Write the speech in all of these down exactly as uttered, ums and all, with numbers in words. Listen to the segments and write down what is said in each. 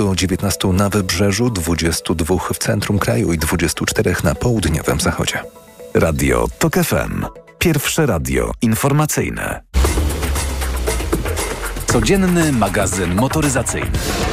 do dziewiętnastu na wybrzeżu, dwudziestu dwóch w centrum kraju i dwudziestu czterech na południowym zachodzie. Radio TOK F M. Pierwsze radio informacyjne. Codzienny magazyn motoryzacyjny.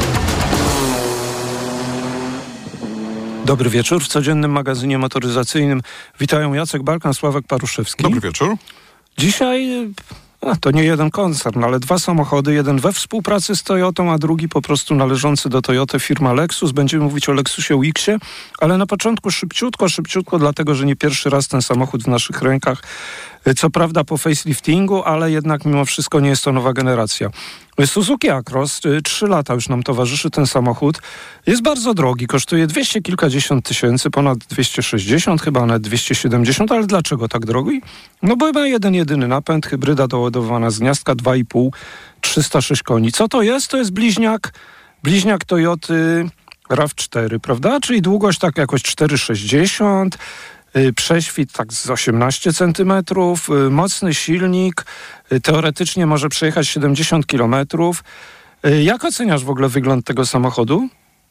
Dobry wieczór. W codziennym magazynie motoryzacyjnym witają Jacek Balkan, Sławek Paruszewski. Dobry wieczór. Dzisiaj a, to nie jeden koncern, ale dwa samochody. Jeden we współpracy z Toyotą, a drugi po prostu należący do Toyoty, firma Lexus. Będziemy mówić o Lexusie U X-ie, ale na początku szybciutko, szybciutko, dlatego, że nie pierwszy raz ten samochód w naszych rękach. Co prawda po faceliftingu, ale jednak mimo wszystko nie jest to nowa generacja. Suzuki Acros, trzy lata już nam towarzyszy ten samochód. Jest bardzo drogi, kosztuje dwieście kilkadziesiąt tysięcy, ponad dwieście sześćdziesiąt, chyba nawet dwieście siedemdziesiąt, ale dlaczego tak drogi? No bo ma jeden, jedyny napęd, hybryda doładowana z gniazdka dwa i pół, trzysta sześć koni. Co to jest? To jest bliźniak, bliźniak Toyoty raw cztery, prawda? Czyli długość tak jakoś cztery sześćdziesiąt, prześwit tak z osiemnaście centymetrów, mocny silnik, teoretycznie może przejechać siedemdziesiąt kilometrów. Jak oceniasz w ogóle wygląd tego samochodu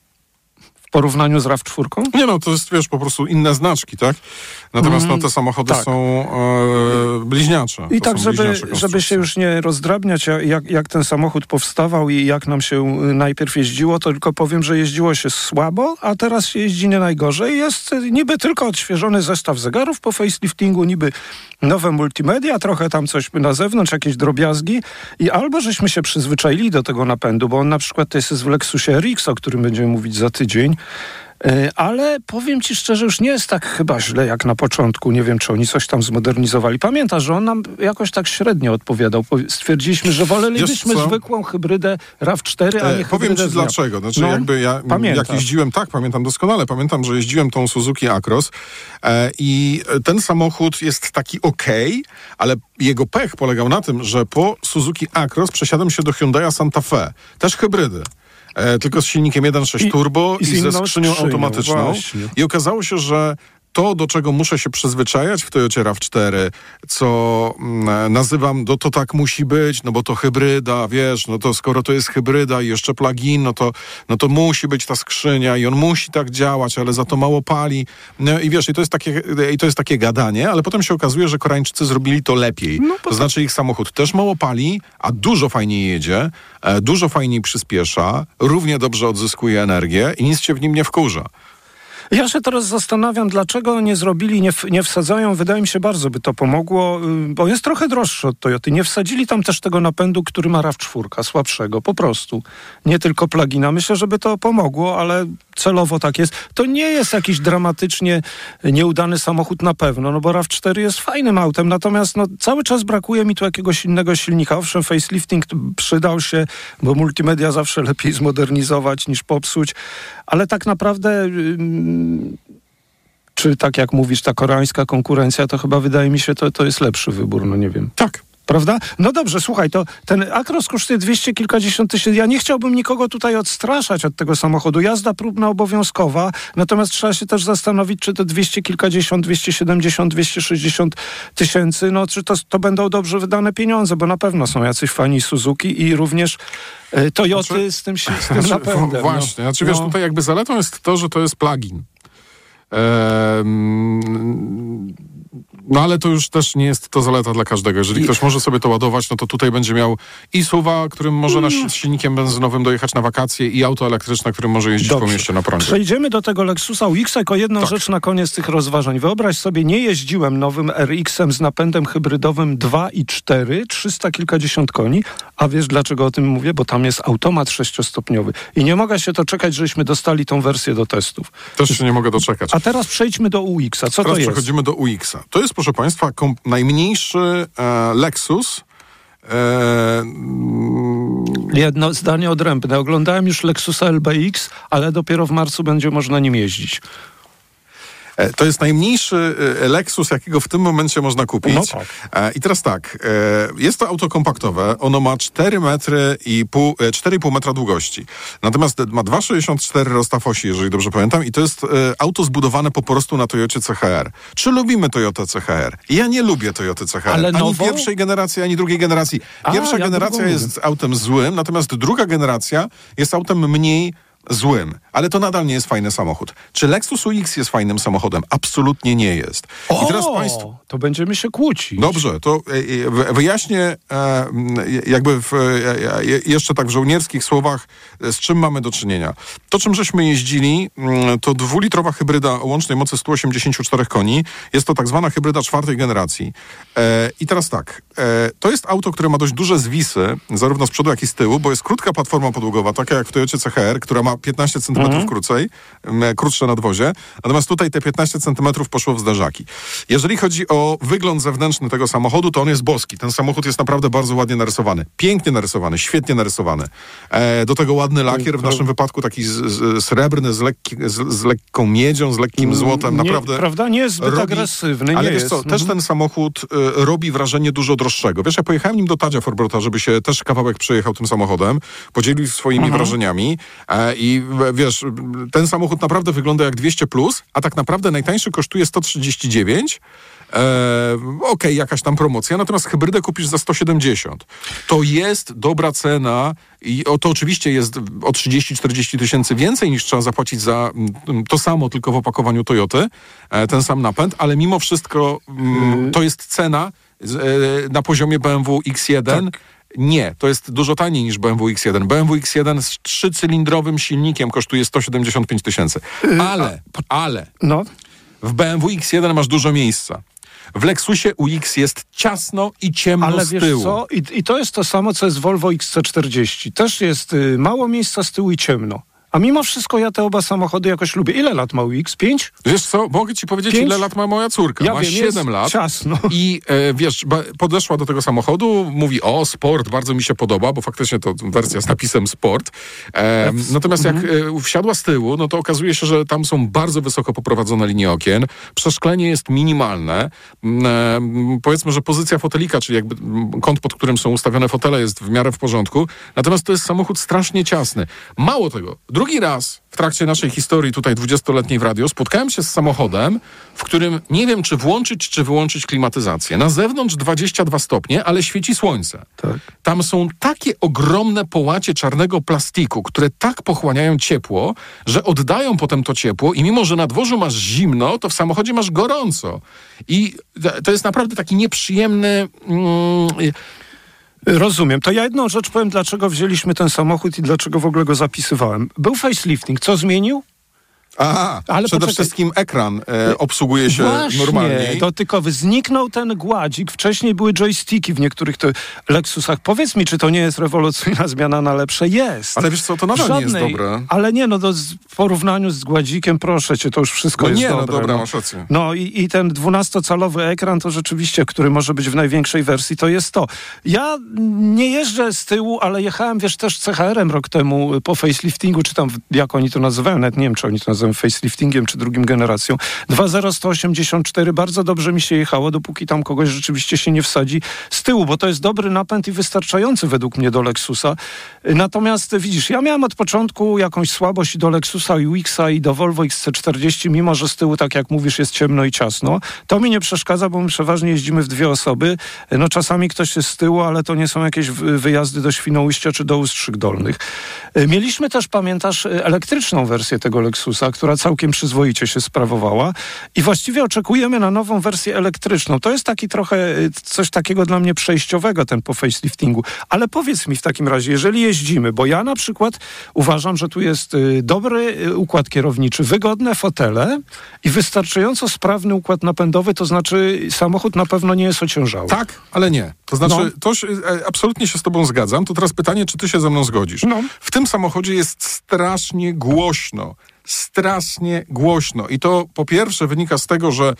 w porównaniu z raw cztery? Nie no, to jest, wiesz, po prostu inne znaczki, tak? Natomiast mm, no, te samochody tak. są e, bliźniacze. I to tak, żeby, żeby się już nie rozdrabniać, jak, jak ten samochód powstawał i jak nam się najpierw jeździło, to tylko powiem, że jeździło się słabo, a teraz się jeździ nie najgorzej. Jest niby tylko odświeżony zestaw zegarów po faceliftingu, niby nowe multimedia, trochę tam coś na zewnątrz, jakieś drobiazgi i albo żeśmy się przyzwyczaili do tego napędu, bo on na przykład to jest w Lexusie R X, o którym będziemy mówić za tydzień, ale powiem ci szczerze, już nie jest tak chyba źle jak na początku. Nie wiem, czy oni coś tam zmodernizowali. Pamiętasz, że on nam jakoś tak średnio odpowiadał. Stwierdziliśmy, że wolelibyśmy zwykłą hybrydę raw cztery, a nie hybrydę. Powiem ci dlaczego. Znaczy, no, jakby ja, jak jeździłem, tak, pamiętam doskonale. Pamiętam, że jeździłem tą Suzuki Acros e, i ten samochód jest taki okej, okay, ale jego pech polegał na tym, że po Suzuki Acros przesiadłem się do Hyundai Santa Fe. Też hybrydy. E, tylko z silnikiem jeden przecinek sześć turbo i, i ze skrzynią, skrzynią automatyczną. Właśnie. I okazało się, że to, do czego muszę się przyzwyczajać w Toyocie raw cztery, co mm, nazywam, no to tak musi być, no bo to hybryda, wiesz, no to skoro to jest hybryda i jeszcze plug-in, no to, no to musi być ta skrzynia i on musi tak działać, ale za to mało pali. No i wiesz, i to jest takie, i to jest takie gadanie, ale potem się okazuje, że Koreańczycy zrobili to lepiej. No, to znaczy ich samochód też mało pali, a dużo fajniej jedzie, e, dużo fajniej przyspiesza, równie dobrze odzyskuje energię i nic się w nim nie wkurza. Ja się teraz zastanawiam, dlaczego nie zrobili, nie, nie wsadzają, wydaje mi się bardzo by to pomogło, bo jest trochę droższy od Toyoty. Nie wsadzili tam też tego napędu, który ma raw cztery, słabszego, po prostu. Nie tylko plugina. Myślę, żeby to pomogło, ale celowo tak jest. To nie jest jakiś dramatycznie nieudany samochód na pewno, no bo raw cztery jest fajnym autem, natomiast no, cały czas brakuje mi tu jakiegoś innego silnika. Owszem, facelifting przydał się, bo multimedia zawsze lepiej zmodernizować niż popsuć, ale tak naprawdę czy tak jak mówisz, ta koreańska konkurencja, to chyba wydaje mi się, to, to jest lepszy wybór, no nie wiem. Tak. Prawda? No dobrze, słuchaj, to ten Acros kosztuje dwieście kilkadziesiąt tysięcy. Ja nie chciałbym nikogo tutaj odstraszać od tego samochodu. Jazda próbna obowiązkowa, natomiast trzeba się też zastanowić, czy te dwieście kilkadziesiąt, dwieście siedemdziesiąt, dwieście sześćdziesiąt tysięcy, no czy to, to będą dobrze wydane pieniądze, bo na pewno są jacyś fani Suzuki i również e, Toyoty znaczy, z tym, z tym znaczy, napędem. Właśnie, no. znaczy wiesz, no. tutaj jakby zaletą jest to, że to jest plug-in. Ehm... No ale to już też nie jest to zaleta dla każdego. Jeżeli I... ktoś może sobie to ładować, no to tutaj będzie miał i suwa, którym może mm. na silnikiem benzynowym dojechać na wakacje, i auto elektryczne, którym może jeździć Dobrze. po mieście na prądzie. Przejdziemy do tego Lexusa U X, jako jedną tak. rzecz na koniec tych rozważań. Wyobraź sobie, nie jeździłem nowym R X-em z napędem hybrydowym dwa i cztery, trzysta kilkadziesiąt koni, a wiesz dlaczego o tym mówię? Bo tam jest automat sześciostopniowy. I nie mogę się doczekać, żeśmy dostali tą wersję do testów. Też się nie mogę doczekać. A teraz przejdźmy do U X-a. Co teraz to jest? przechodzimy do U X-a. To jest, proszę Państwa, kom- najmniejszy e, Lexus. E, Jedno zdanie odrębne. Oglądałem już Lexusa L B X, ale dopiero w marcu będzie można nim jeździć. To jest najmniejszy Lexus, jakiego w tym momencie można kupić. No tak. I teraz tak, jest to auto kompaktowe, ono ma cztery metry i pół, cztery i pół metra długości. Natomiast ma dwa przecinek sześćdziesiąt cztery rozstaw osi, jeżeli dobrze pamiętam, i to jest auto zbudowane po prostu na Toyocie C H R. Czy lubimy Toyotę C H R? Ja nie lubię Toyoty C H R. Ale ani nową? pierwszej generacji, ani drugiej generacji. Pierwsza A, ja generacja jest autem złym, natomiast druga generacja jest autem mniej złym, ale to nadal nie jest fajny samochód. Czy Lexus U X jest fajnym samochodem? Absolutnie nie jest. O, I teraz państwo... to będziemy się kłócić. Dobrze, to wyjaśnię jakby w, jeszcze tak w żołnierskich słowach, z czym mamy do czynienia. To, czym żeśmy jeździli, to dwulitrowa hybryda o łącznej mocy sto osiemdziesiąt cztery koni. Jest to tak zwana hybryda czwartej generacji. I teraz tak, to jest auto, które ma dość duże zwisy, zarówno z przodu, jak i z tyłu, bo jest krótka platforma podłogowa, taka jak w Toyocie C H R, która ma piętnaście centymetrów mm. krócej, krótsze nadwozie. Natomiast tutaj te piętnaście centymetrów poszło w zderzaki. Jeżeli chodzi o wygląd zewnętrzny tego samochodu, to on jest boski. Ten samochód jest naprawdę bardzo ładnie narysowany. Pięknie narysowany, świetnie narysowany. E, do tego ładny lakier, w naszym wypadku taki z, z, srebrny, z, lekki, z, z lekką miedzią, z lekkim złotem. Nie, naprawdę. Prawda? Nie jest zbyt robi, agresywny. Ale nie wiesz jest. co, mm. też ten samochód y, robi wrażenie dużo droższego. Wiesz, ja pojechałem nim do Tadzia Forbrota, żeby się też kawałek przejechał tym samochodem, podzielił swoimi mm. wrażeniami e, i wiesz, ten samochód naprawdę wygląda jak dwieście plus, a tak naprawdę najtańszy kosztuje sto trzydzieści dziewięć. Eee, Okej, okay, jakaś tam promocja, natomiast hybrydę kupisz za sto siedemdziesiąt. To jest dobra cena i o, to oczywiście jest o trzydzieści czterdzieści tysięcy więcej niż trzeba zapłacić za m, to samo, tylko w opakowaniu Toyoty, e, ten sam napęd, ale mimo wszystko m, to jest cena z, e, na poziomie B M W X jeden. Tak. Nie, to jest dużo taniej niż B M W X jeden. B M W X jeden z trzycylindrowym silnikiem kosztuje sto siedemdziesiąt pięć tysięcy. Ale, ale no. w B M W X jeden masz dużo miejsca. W Lexusie U X jest ciasno i ciemno Ale z wiesz tyłu. co? I, I to jest to samo, co jest Volvo X C czterdzieści. Też jest y, mało miejsca z tyłu i ciemno. A mimo wszystko ja te oba samochody jakoś lubię. Ile lat ma U X? Pięć? Wiesz co, mogę ci powiedzieć, Pięć? ile lat ma moja córka. Ja ma wiem, siedem lat. Ciasno. I e, wiesz, ba, podeszła do tego samochodu, mówi, o, sport, bardzo mi się podoba, bo faktycznie to wersja z napisem sport. E, natomiast jak e, wsiadła z tyłu, no to okazuje się, że tam są bardzo wysoko poprowadzone linie okien. Przeszklenie jest minimalne. E, powiedzmy, że pozycja fotelika, czyli jakby kąt, pod którym są ustawione fotele, jest w miarę w porządku. Natomiast to jest samochód strasznie ciasny. Mało tego, drugi raz w trakcie naszej historii tutaj dwudziestoletniej w radio spotkałem się z samochodem, w którym nie wiem, czy włączyć, czy wyłączyć klimatyzację. Na zewnątrz dwadzieścia dwa stopnie, ale świeci słońce. Tak. Tam są takie ogromne połacie czarnego plastiku, które tak pochłaniają ciepło, że oddają potem to ciepło i mimo, że na dworzu masz zimno, to w samochodzie masz gorąco. I to jest naprawdę taki nieprzyjemny... Mm, Rozumiem. To ja jedną rzecz powiem, dlaczego wzięliśmy ten samochód i dlaczego w ogóle go zapisywałem. Był facelifting. Co zmienił? Aha, ale przede poczekaj. wszystkim ekran e, obsługuje się Właśnie, normalnie. dotykowy. Zniknął ten gładzik. Wcześniej były joysticki w niektórych te Lexusach. Powiedz mi, czy to nie jest rewolucyjna zmiana na lepsze? Jest. Ale wiesz co, to nadal Żadnej, nie jest dobre. Ale nie, no to w porównaniu z gładzikiem, proszę cię, to już wszystko no jest nie, dobre. No dobra, no. masz rację. No i, i ten dwunastocalowy ekran to rzeczywiście, który może być w największej wersji, to jest to. Ja nie jeżdżę z tyłu, ale jechałem, wiesz, też C H R-em rok temu po faceliftingu, czy tam, jak oni to nazywają, nawet nie wiem, czy oni to nazywają faceliftingiem, czy drugim generacją. dwa zero sto osiemdziesiąt cztery, bardzo dobrze mi się jechało, dopóki tam kogoś rzeczywiście się nie wsadzi z tyłu, bo to jest dobry napęd i wystarczający według mnie do Lexusa. Natomiast widzisz, ja miałem od początku jakąś słabość i do Lexusa, i U X-a, i do Volvo X C czterdzieści, mimo że z tyłu, tak jak mówisz, jest ciemno i ciasno. To mi nie przeszkadza, bo my przeważnie jeździmy w dwie osoby. No czasami ktoś jest z tyłu, ale to nie są jakieś wyjazdy do Świnoujścia czy do Ustrzyk Dolnych. Mieliśmy też, pamiętasz, elektryczną wersję tego Lexusa, która całkiem przyzwoicie się sprawowała i właściwie oczekujemy na nową wersję elektryczną. To jest taki trochę coś takiego dla mnie przejściowego, ten po faceliftingu. Ale powiedz mi w takim razie, jeżeli jeździmy, bo ja na przykład uważam, że tu jest dobry układ kierowniczy, wygodne fotele i wystarczająco sprawny układ napędowy, to znaczy samochód na pewno nie jest ociężały. Tak, ale nie. To znaczy, no. to absolutnie się z tobą zgadzam. To teraz pytanie, czy ty się ze mną zgodzisz? No. W tym samochodzie jest strasznie głośno. Strasznie głośno. I to po pierwsze wynika z tego, że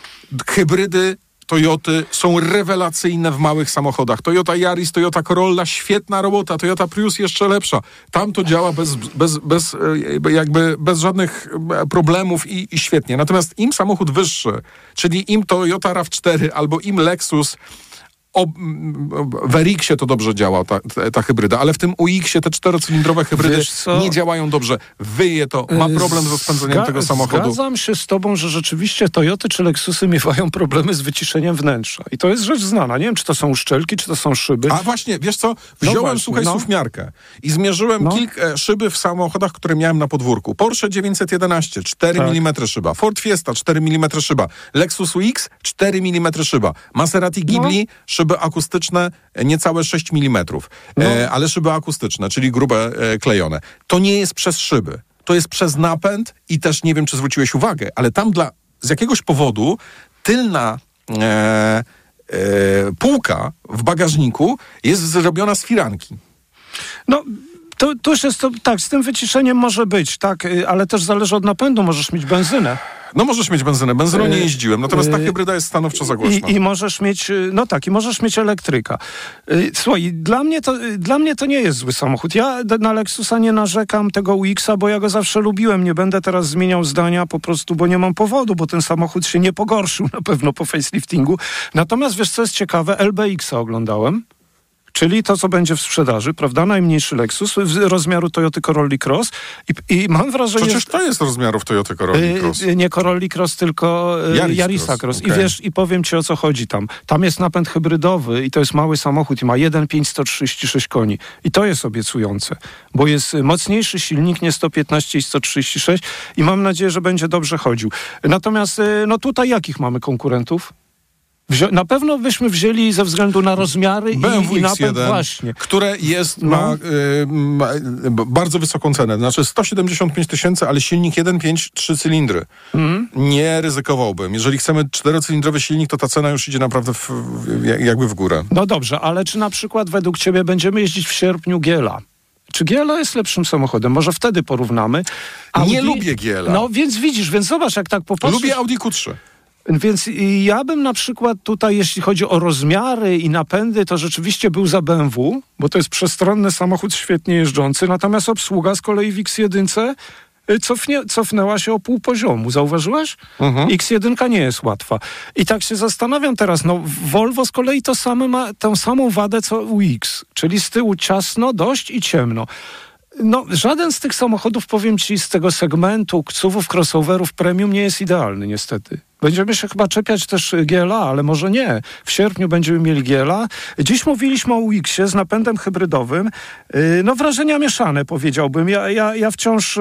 hybrydy Toyoty są rewelacyjne w małych samochodach. Toyota Yaris, Toyota Corolla, świetna robota. Toyota Prius jeszcze lepsza. Tam to działa bez, bez, bez, jakby bez żadnych problemów i, i świetnie. Natomiast im samochód wyższy, czyli im Toyota RAV cztery albo im Lexus, O, w R X-ie to dobrze działa ta, ta, ta hybryda, ale w tym U X-ie te czterocylindrowe hybrydy nie działają dobrze. Wyje to, ma problem z rozpędzeniem Zga- tego samochodu. Zgadzam się z tobą, że rzeczywiście Toyoty czy Lexusy miewają problemy z wyciszeniem wnętrza. I to jest rzecz znana. Nie wiem, czy to są uszczelki, czy to są szyby. A właśnie, wiesz co? Wziąłem, no właśnie, słuchaj, no. suwmiarkę i zmierzyłem no. kilka szyby w samochodach, które miałem na podwórku. Porsche dziewięćset jedenaście, cztery milimetry tak. szyba. Ford Fiesta, cztery milimetry szyba. Lexus U X, cztery milimetry szyba. Maserati Ghibli, no. szyby akustyczne, niecałe sześć milimetrów, no. e, ale szyby akustyczne, czyli grube, e, klejone. To nie jest przez szyby. To jest przez napęd i też nie wiem, czy zwróciłeś uwagę, ale tam dla, z jakiegoś powodu tylna e, e, półka w bagażniku jest zrobiona z firanki. No... To, to już jest to, tak, z tym wyciszeniem może być, tak, ale też zależy od napędu, możesz mieć benzynę. No możesz mieć benzynę, benzyną nie jeździłem, natomiast ta hybryda jest stanowczo za głośna. I, I możesz mieć, no tak, i możesz mieć elektryka. Słuchaj, dla mnie to, dla mnie to nie jest zły samochód. Ja na Lexusa nie narzekam tego U X-a, bo ja go zawsze lubiłem. Nie będę teraz zmieniał zdania po prostu, bo nie mam powodu, bo ten samochód się nie pogorszył na pewno po faceliftingu. Natomiast wiesz, co jest ciekawe? L B X-a oglądałem. Czyli to, co będzie w sprzedaży, prawda? Najmniejszy Lexus rozmiaru Toyoty Corolla Cross i, i mam wrażenie... Przecież to jest rozmiarów Toyoty Corolla Cross. Yy, nie Corolla Cross, tylko Yaris Yarisa Cross. Cross. Okay. I wiesz, i powiem ci, o co chodzi tam. Tam jest napęd hybrydowy i to jest mały samochód i ma jeden przecinek pięć sto trzydzieści sześć koni. I to jest obiecujące, bo jest mocniejszy silnik, nie sto piętnaście i sto trzydzieści sześć i mam nadzieję, że będzie dobrze chodził. Natomiast no tutaj jakich mamy konkurentów? Wzi- na pewno byśmy wzięli ze względu na rozmiary B M W i, i X napęd jeden, właśnie. które jest, no. ma, y, ma bardzo wysoką cenę. Znaczy sto siedemdziesiąt pięć tysięcy, ale silnik jeden przecinek pięć, trzy cylindry. Mm. Nie ryzykowałbym. Jeżeli chcemy czterocylindrowy silnik, to ta cena już idzie naprawdę w, w, jakby w górę. No dobrze, ale czy na przykład według ciebie będziemy jeździć w sierpniu Giela? Czy Giela jest lepszym samochodem? Może wtedy porównamy. Audi... Nie lubię Giela. No więc widzisz, więc zobacz, jak tak popatrzysz... Lubię Audi Q trzy. Więc ja bym na przykład tutaj, jeśli chodzi o rozmiary i napędy, to rzeczywiście był za B M W, bo to jest przestronny samochód świetnie jeżdżący, natomiast obsługa z kolei w X jeden cofnie, cofnęła się o pół poziomu. Zauważyłeś? Mhm. X jeden nie jest łatwa. I tak się zastanawiam teraz, no Volvo z kolei to same ma tę samą wadę co U X, czyli z tyłu ciasno dość i ciemno. No, żaden z tych samochodów, powiem ci, z tego segmentu suv-ów, crossoverów premium nie jest idealny, niestety. Będziemy się chyba czepiać też Giela, ale może nie. W sierpniu będziemy mieli Giela. Dziś mówiliśmy o U X-ie z napędem hybrydowym. No, wrażenia mieszane, powiedziałbym. Ja, ja, ja wciąż...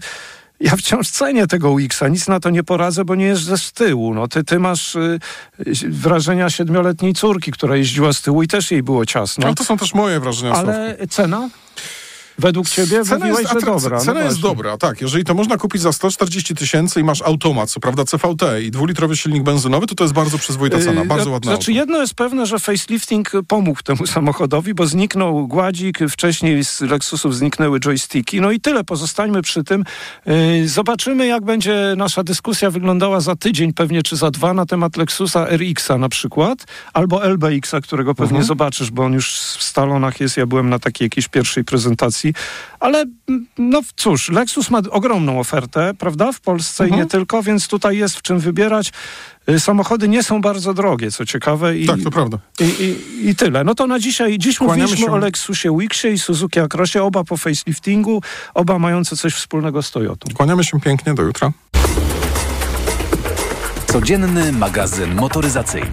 Ja wciąż cenię tego U X-a, nic na to nie poradzę, bo nie jeżdżę z tyłu. No, ty, ty masz y, wrażenia siedmioletniej córki, która jeździła z tyłu i też jej było ciasno. Ale to są też moje wrażenia. Ale Sławku. Cena? Według ciebie cena mówiłeś, jest, że dobra. Cena no jest dobra, tak. Jeżeli to można kupić za sto czterdzieści tysięcy i masz automat, co prawda C V T i dwulitrowy silnik benzynowy, to to jest bardzo przyzwoita cena, bardzo yy, ładna. Znaczy auto. Jedno jest pewne, że facelifting pomógł temu samochodowi, bo zniknął gładzik, wcześniej z Lexusów zniknęły joysticki, no i tyle, pozostańmy przy tym. Yy, zobaczymy, jak będzie nasza dyskusja wyglądała za tydzień pewnie, czy za dwa na temat Lexusa R X-a na przykład, albo L B X-a, którego pewnie mhm. zobaczysz, bo on już w Stalonach jest, ja byłem na takiej jakiejś pierwszej prezentacji, ale no cóż, Lexus ma ogromną ofertę, prawda, w Polsce mhm. i nie tylko, więc tutaj jest w czym wybierać. Samochody nie są bardzo drogie, co ciekawe. I, tak, to prawda. I, i, i tyle. No to na dzisiaj, dziś Kłaniamy mówiliśmy się... o Lexusie U X-ie i Suzuki Acrosie, oba po faceliftingu, oba mające coś wspólnego z Toyotą. Kłaniamy się pięknie, do jutra. Codzienny magazyn motoryzacyjny.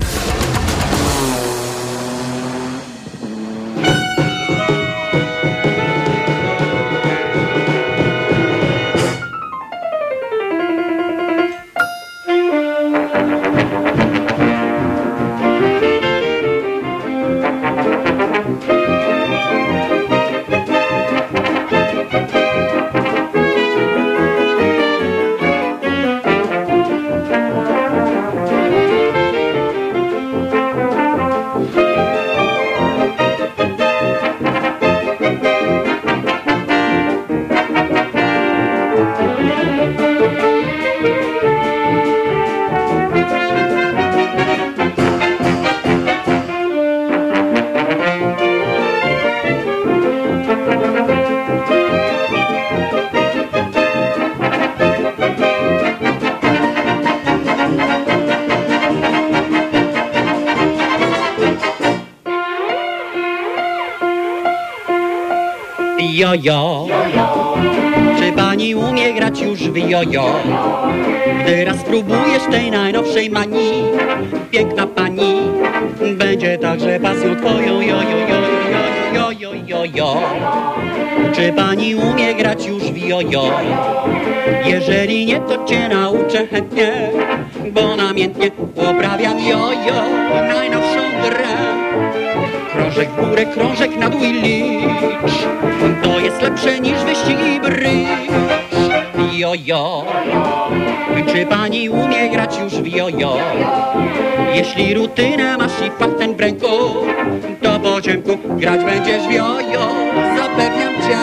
Jojo, czy pani umie grać już w jojo? Gdy raz spróbujesz tej najnowszej manii, piękna pani będzie także pasją twoją. Jojo, jojo, jojo, jojo. Czy pani umie grać już w jojo? Jeżeli nie, to cię nauczę chętnie, bo namiętnie uprawiam jojo, najnowszą grę. Krążek w górę, krążek na dół i licz, to jest lepsze niż wyścig i brycz. Jojo, czy pani umie grać już w jojo? Jeśli rutynę masz i patent w ręku, to po ciemku grać będziesz w jojo, zapewniam cię.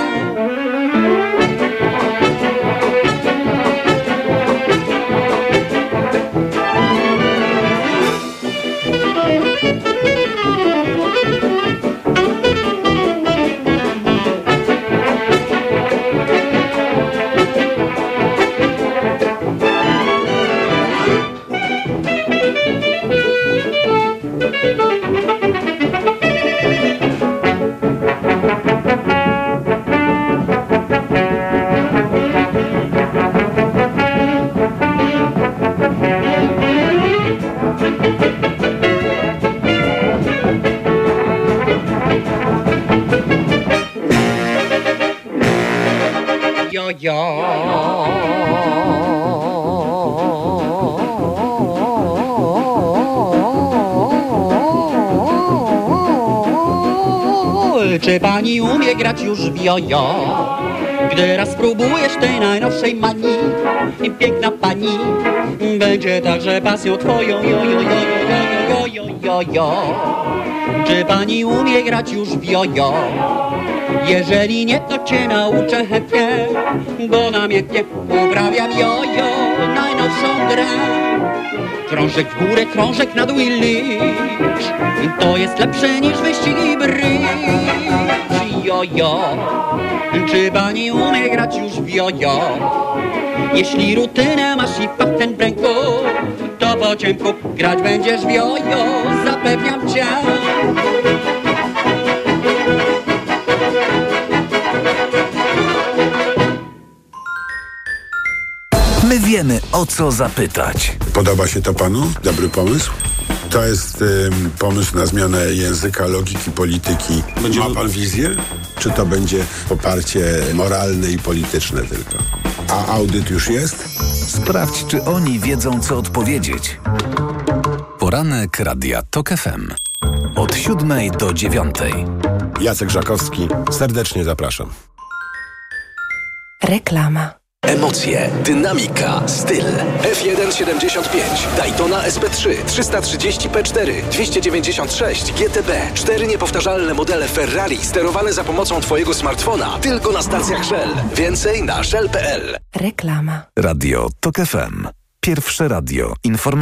Czy pani umie grać już w jojo? Gdy raz spróbujesz tej najnowszej manii, piękna pani będzie także pasją twoją. Jojo, jojo, jojo, jojo. Czy pani umie grać już w jojo? Jeżeli nie, to cię nauczę chętnie, bo namiętnie uprawiam jojo, najnowszą grę. Krążek w górę, krążek na dół i licz, to jest lepsze niż wyścig i brycz. Jojo, czy pani umie grać już w jojo? Jeśli rutynę masz i patent w ręku, to po ciemku grać będziesz w jojo, zapewniam cię. My wiemy, o co zapytać. Podoba się to panu? Dobry pomysł? To jest y, pomysł na zmianę języka, logiki, polityki. Będzie... Ma pan wizję? Czy to będzie poparcie moralne i polityczne tylko? A audyt już jest? Sprawdź, czy oni wiedzą, co odpowiedzieć. Poranek Radia Tok F M. Od siódmej do dziewiątej. Jacek Żakowski, serdecznie zapraszam. Reklama. Emocje, dynamika, styl. F jeden siedemdziesiąt pięć, Daytona S P trzy, trzysta trzydzieści P cztery, dwieście dziewięćdziesiąt sześć G T B. Cztery niepowtarzalne modele Ferrari sterowane za pomocą twojego smartfona. Tylko na stacjach Shell. Więcej na shell kropka p l. Reklama. Radio Tok F M. Pierwsze radio informacyjne.